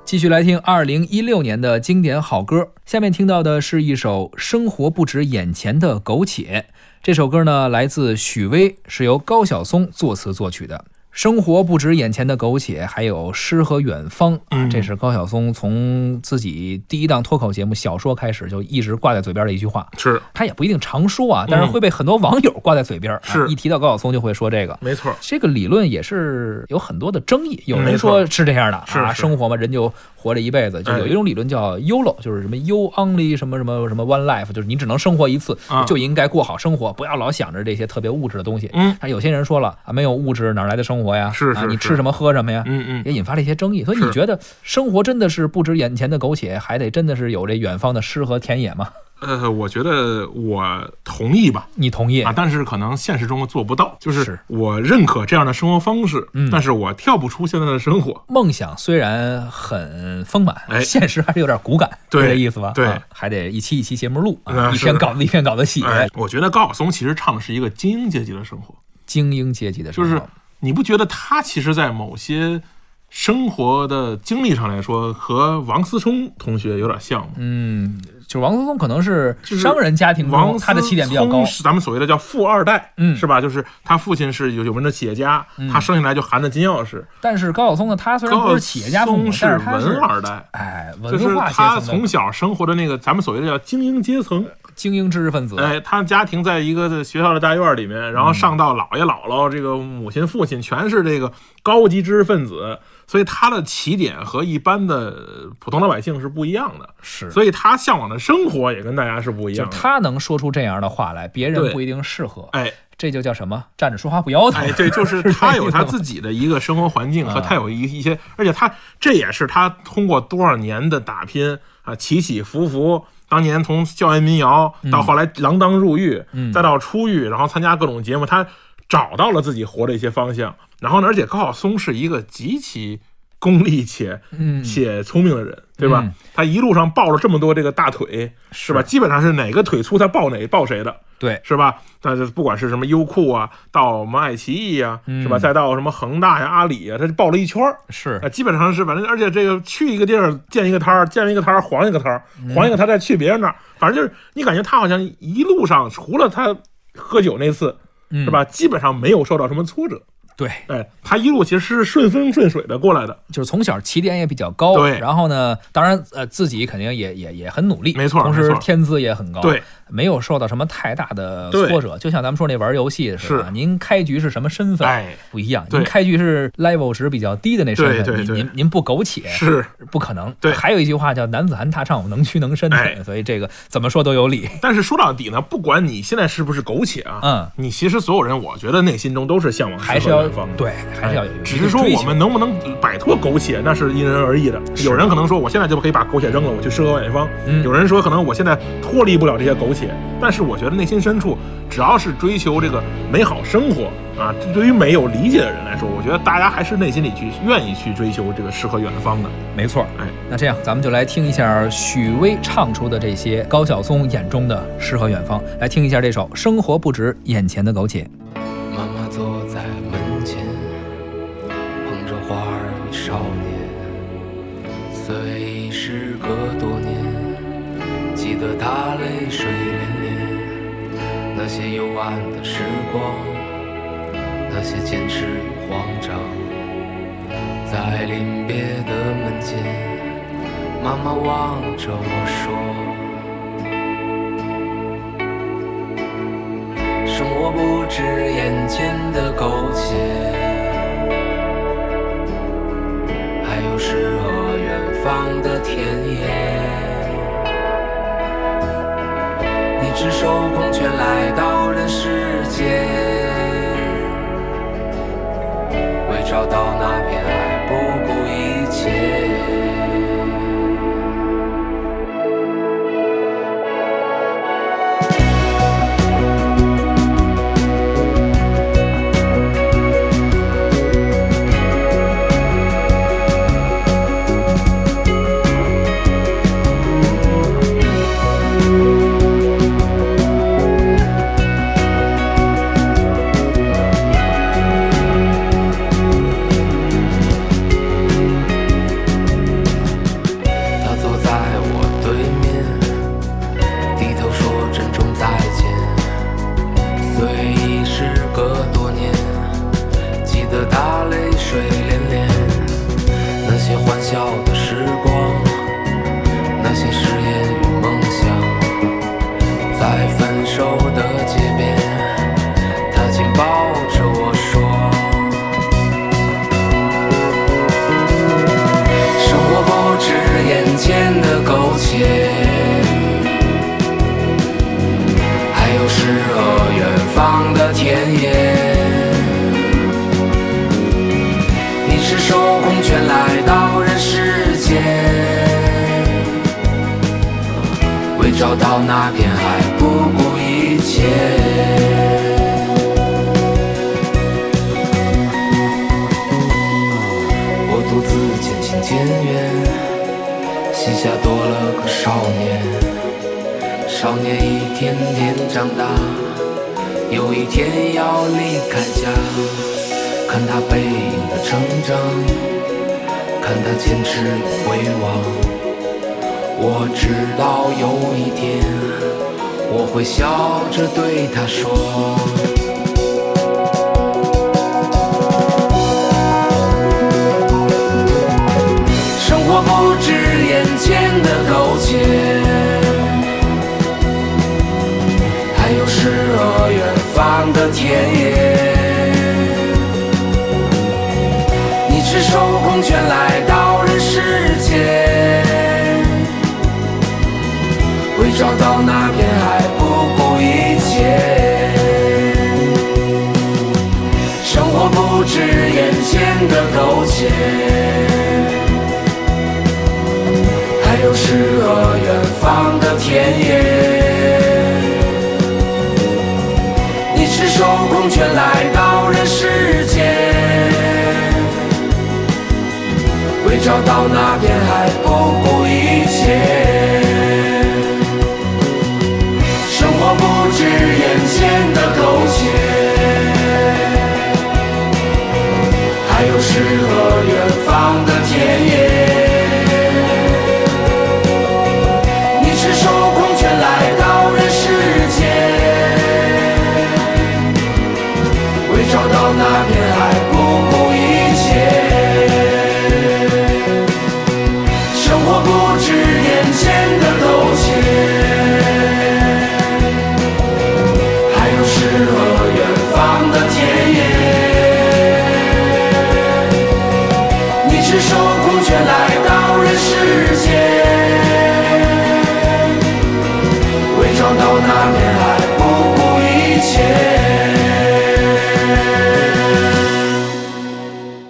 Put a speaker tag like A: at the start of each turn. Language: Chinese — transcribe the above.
A: 继续来听2016年的经典好歌，下面听到的是一首《生活不止眼前的苟且》。这首歌呢来自许巍，是由高晓松作词作曲的。生活不止眼前的苟且，还有诗和远方这是高晓松从自己第一档脱口节目小说开始就一直挂在嘴边的一句话。
B: 是，
A: 他也不一定常说啊，但是会被很多网友挂在嘴边。
B: 是，
A: 一提到高晓松就会说这个。
B: 没错，
A: 这个理论也是有很多的争议。有人说是这样的啊，生活嘛，人就活了一辈子，就有一种理论叫 YOLO， 就是什么 You Only 什么 One Life， 就是你只能生活一次，就应该过好生活，不要老想着这些特别物质的东西。有些人说了啊，没有物质哪来的生活呀？
B: 是，
A: 你吃什么喝什么呀？也引发了一些争议。所以你觉得生活真的是不止眼前的苟且，还得真的是有这远方的诗和田野吗？
B: 我觉得我同意吧。
A: 你同意啊？
B: 但是可能现实中做不到，就是我认可这样的生活方式，但是我跳不出现在的生活。
A: 梦想虽然很丰满，现实还是有点骨感，
B: 对，
A: 是这意思吧？
B: 对，
A: 还得一期一期节目录，一篇稿子一篇稿子写。
B: 我觉得高晓松其实唱的是一个精英阶级的生活，
A: 精英阶级的生活，
B: 就是你不觉得他其实在某些生活的经历上来说和王思聪同学有点像吗？
A: 就是王思聪可能是商人家庭中他的起点比较高，
B: 是咱们所谓的叫富二代，是吧？就是他父亲是有名的企业家，他生下来就含着金钥匙。
A: 但是高晓松呢，他虽然不是企业家父母，但是他是
B: 文二代，
A: 文化阶层，
B: 他从小生活的那个咱们所谓的叫精英阶层。
A: 精英知识分子，
B: 他家庭在一个学校的大院里面，然后上到姥爷姥姥，这个母亲父亲全是这个高级知识分子，所以他的起点和一般的普通老百姓是不一样的，
A: 是，
B: 所以他向往的生活也跟大家是不一样的。
A: 就他能说出这样的话来，别人不一定适合。这就叫什么？站着说话不腰疼。
B: 对，就是他有他自己的一个生活环境和他有一些，而且这也是他通过多少年的打拼啊，起起伏伏。当年从校园民谣到后来锒铛入狱，再到出狱，然后参加各种节目，他找到了自己活的一些方向。然后呢，而且高晓松是一个极其功利且聪明的人，对吧？他一路上抱了这么多这个大腿，是吧？基本上是哪个腿粗他抱谁的，
A: 对，
B: 是吧？但是不管是什么优酷啊，到什么爱奇艺啊，是吧？再到什么恒大呀、阿里啊，他就抱了一圈，
A: 是
B: 基本上是反正，而且这个去一个地儿建一个摊儿，建一个摊儿黄一个摊儿，黄一个摊再去别人那儿，反正就是你感觉他好像一路上除了他喝酒那次，是吧？基本上没有受到什么挫折。
A: 对，
B: 他一路其实是顺风顺水的过来的，
A: 就是从小起点也比较高，
B: 对，
A: 然后呢，当然自己肯定也很努力，
B: 没错，
A: 同时天资也很高，
B: 对，
A: 没有受到什么太大的挫折。就像咱们说那玩游戏似的，您开局是什么身份不一样，您开局是 level 值比较低的那身份，您不苟且
B: 是
A: 不可能。
B: 对，
A: 还有一句话叫男子汉大丈夫，能屈能伸，所以这个怎么说都有理。
B: 但是说到底呢，不管你现在是不是苟且啊，你其实所有人，我觉得内心中都是向往
A: 还是要对。还是要有，
B: 只是说我们能不能摆脱苟且，那是因人而异的。有人可能说我现在就可以把苟且扔了，我去诗和远方。有人说可能我现在脱离不了这些苟且，但是我觉得内心深处，只要是追求这个美好生活啊，对于美有理解的人来说，我觉得大家还是内心里愿意去追求这个诗和远方的。
A: 没错，那这样咱们就来听一下许巍唱出的这些高晓松眼中的诗和远方，来听一下这首《生活不止眼前的苟且》。
C: 妈妈坐在门前，捧着花儿与少年，虽已时隔多年，记得她泪水涟涟，那些幽暗的时光，那些坚持与慌张，在临别的门前，妈妈望着我说，生活不止眼前的苟且，还有诗和远方的田野。你只手空拳来到人世间，为找到那片爱不顾一切。 欢笑的时光，那些誓言与梦想，在分手的街边，他紧抱着我说，生活不止眼前的苟且，还有诗和远方的田野。你是受空圈来到人世间，为找到那片海不顾一切。我独自渐行渐远，膝下多了个少年。少年一天天长大，有一天要离开家。看他背影的成长，看他坚持与回望。我知道有一天，我会笑着对他说，生活不止眼前的苟且，还有诗和远方的田野。你是受空圈来到人世间，为找到那片海不顾一切。生活不止眼前的苟且，还有诗和远方的田野。你是受空圈来到人世间，为找到那片海不顾一切。